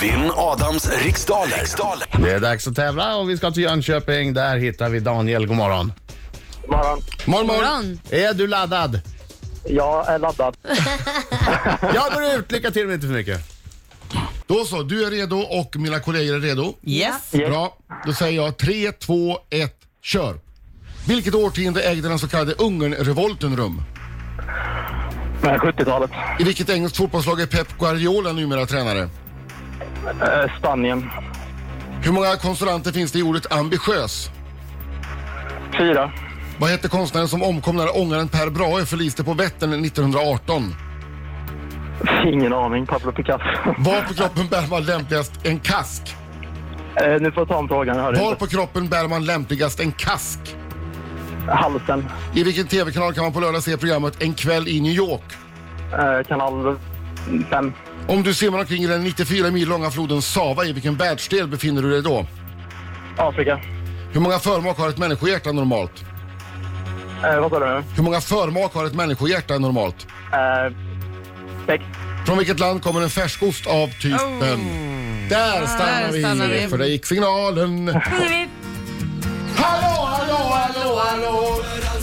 Vinn Adams riksdaler. Det är dags att tävla och vi ska till Jönköping. Där hittar vi Daniel. God morgon. Morgon. Är du laddad? Jag är laddad. Jag går ut. Lycka till men inte för mycket. Då så, du är redo och mina kollegor är redo. Yes. Bra, då säger jag 3, 2, 1, kör. Vilket årtionde ägde den så kallade Ungernrevolten rum? 70-talet. I vilket engelskt fotbollslag är Pep Guardiola numera tränare? Spanien. Hur många konsonanter finns det i ordet ambitiös? 4. Vad hette konstnären som omkom när ångaren Per Brahe förliste på Vättern 1918? Ingen aning. Pablo Picasso. Var på kroppen bär man lämpligast en kask? Nu får jag ta om frågan. Jag hör Var inte. på kroppen bär man lämpligast en kask? Halsen. I vilken tv-kanal kan man på lördag se programmet En kväll i New York? Kanal 5. Om du simmar omkring i den 94 mil långa floden Sava, i vilken världsdel befinner du dig då? Afrika. Hur många förmak har ett människohjärta normalt? Vad sa du nu? Hur många förmak har ett människohjärta normalt? 6. Från vilket land kommer en färskost av typen? Där stannar vi, för det gick signalen. Hallå, hallå, hallå, hallå.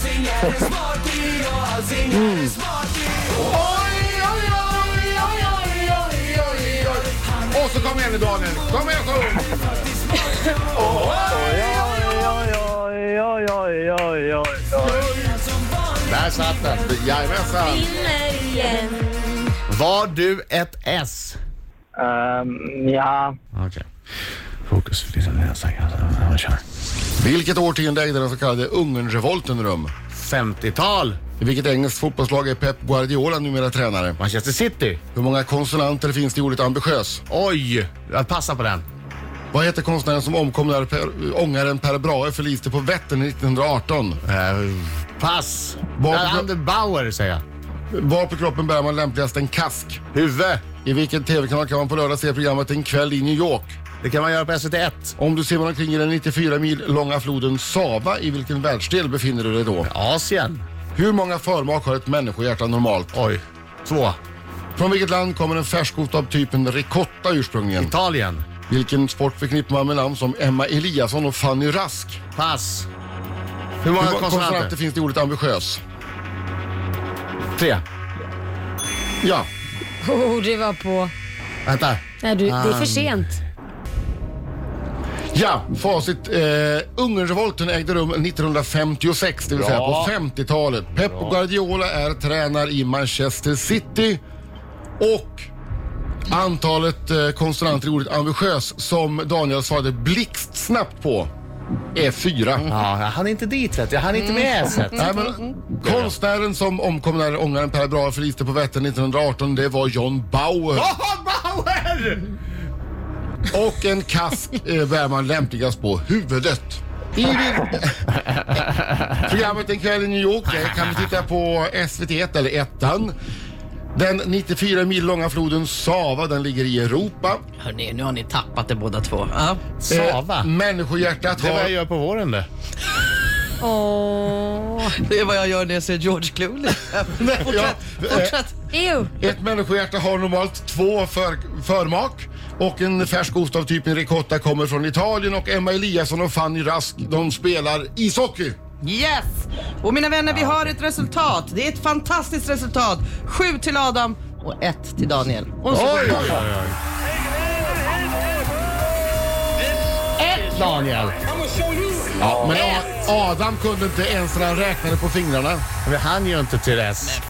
Oj, oj, oj, oj, oj, oj, oj, oj. Och så kom igen nu, Daniel. Kom igen, sjung. Där satt den. Jajamensan. Var du ett S? Ja. Okej. Fokus. Kör. Vilket årtionde ägde den så kallade Ungernrevolten rum? 50-tal. I vilket engelskt fotbollslag är Pep Guardiola numera tränare? Manchester City. Hur många konsonanter finns det i ordet ambitiös? Oj, jag passar på den. Vad heter konstnären som omkom när ångaren Per Brahe förliste på Vättern 1918? Pass. Var- Ander Bauer säger jag. Var på kroppen bär man lämpligast en kask? Huvud. I vilken tv-kanal kan man på lördag se programmet En kväll i New York? Det kan man göra på SVT1. Om du simmar omkring i den 94 mil långa floden Sava, i vilken världsdel befinner du dig då? Asien. Hur många förmak har ett människohjärta normalt? Oj. 2. Från vilket land kommer en färskost av typen ricotta ursprungligen? Italien. Vilken sport förknippar man med namn som Emma Eliasson och Fanny Rask? Pass. Hur många konsonanter? finns det i ordet ambitiös? 3. Ja. Det var på... Vänta. Nej, det är för sent. Ja, facit. Ungernrevolten ägde rum 1956, det vill säga på 50-talet. Pep Guardiola är tränare i Manchester City. Och antalet konsonanter i ordet ambitiös som Daniel svarade blixtsnabbt på är 4. Ja, jag hann inte dit, vet jag. Han inte med S-et. Nej, men konstnären som omkom när ångaren Per Brahe förliste på Vättern 1918, det var John Bauer. Bauer! Och en kask bär man lämpligast på huvudet. Programmet En kväll i New York kan vi titta på SVT1 eller ettan. Den 94 mil långa floden Sava, den ligger i Europa. Hörrni, nu har ni tappat det båda två. Ja. Sava. Människohjärtat Det är vad har... jag gör på våren det. Det är vad jag gör när jag ser George Clooney. Fortsätt. Ett människohjärta har normalt 2 förmak. Och en färskost av typen ricotta kommer från Italien. Och Emma Eliasson och Fanny Rask, de spelar ishockey. Yes! Och mina vänner, vi har ett resultat. Det är ett fantastiskt resultat. 7 till Adam och 1 till Daniel. Och så Oj! 1 Daniel. Ja, men Adam kunde inte ens när han räknade på fingrarna. Men han gör inte till S.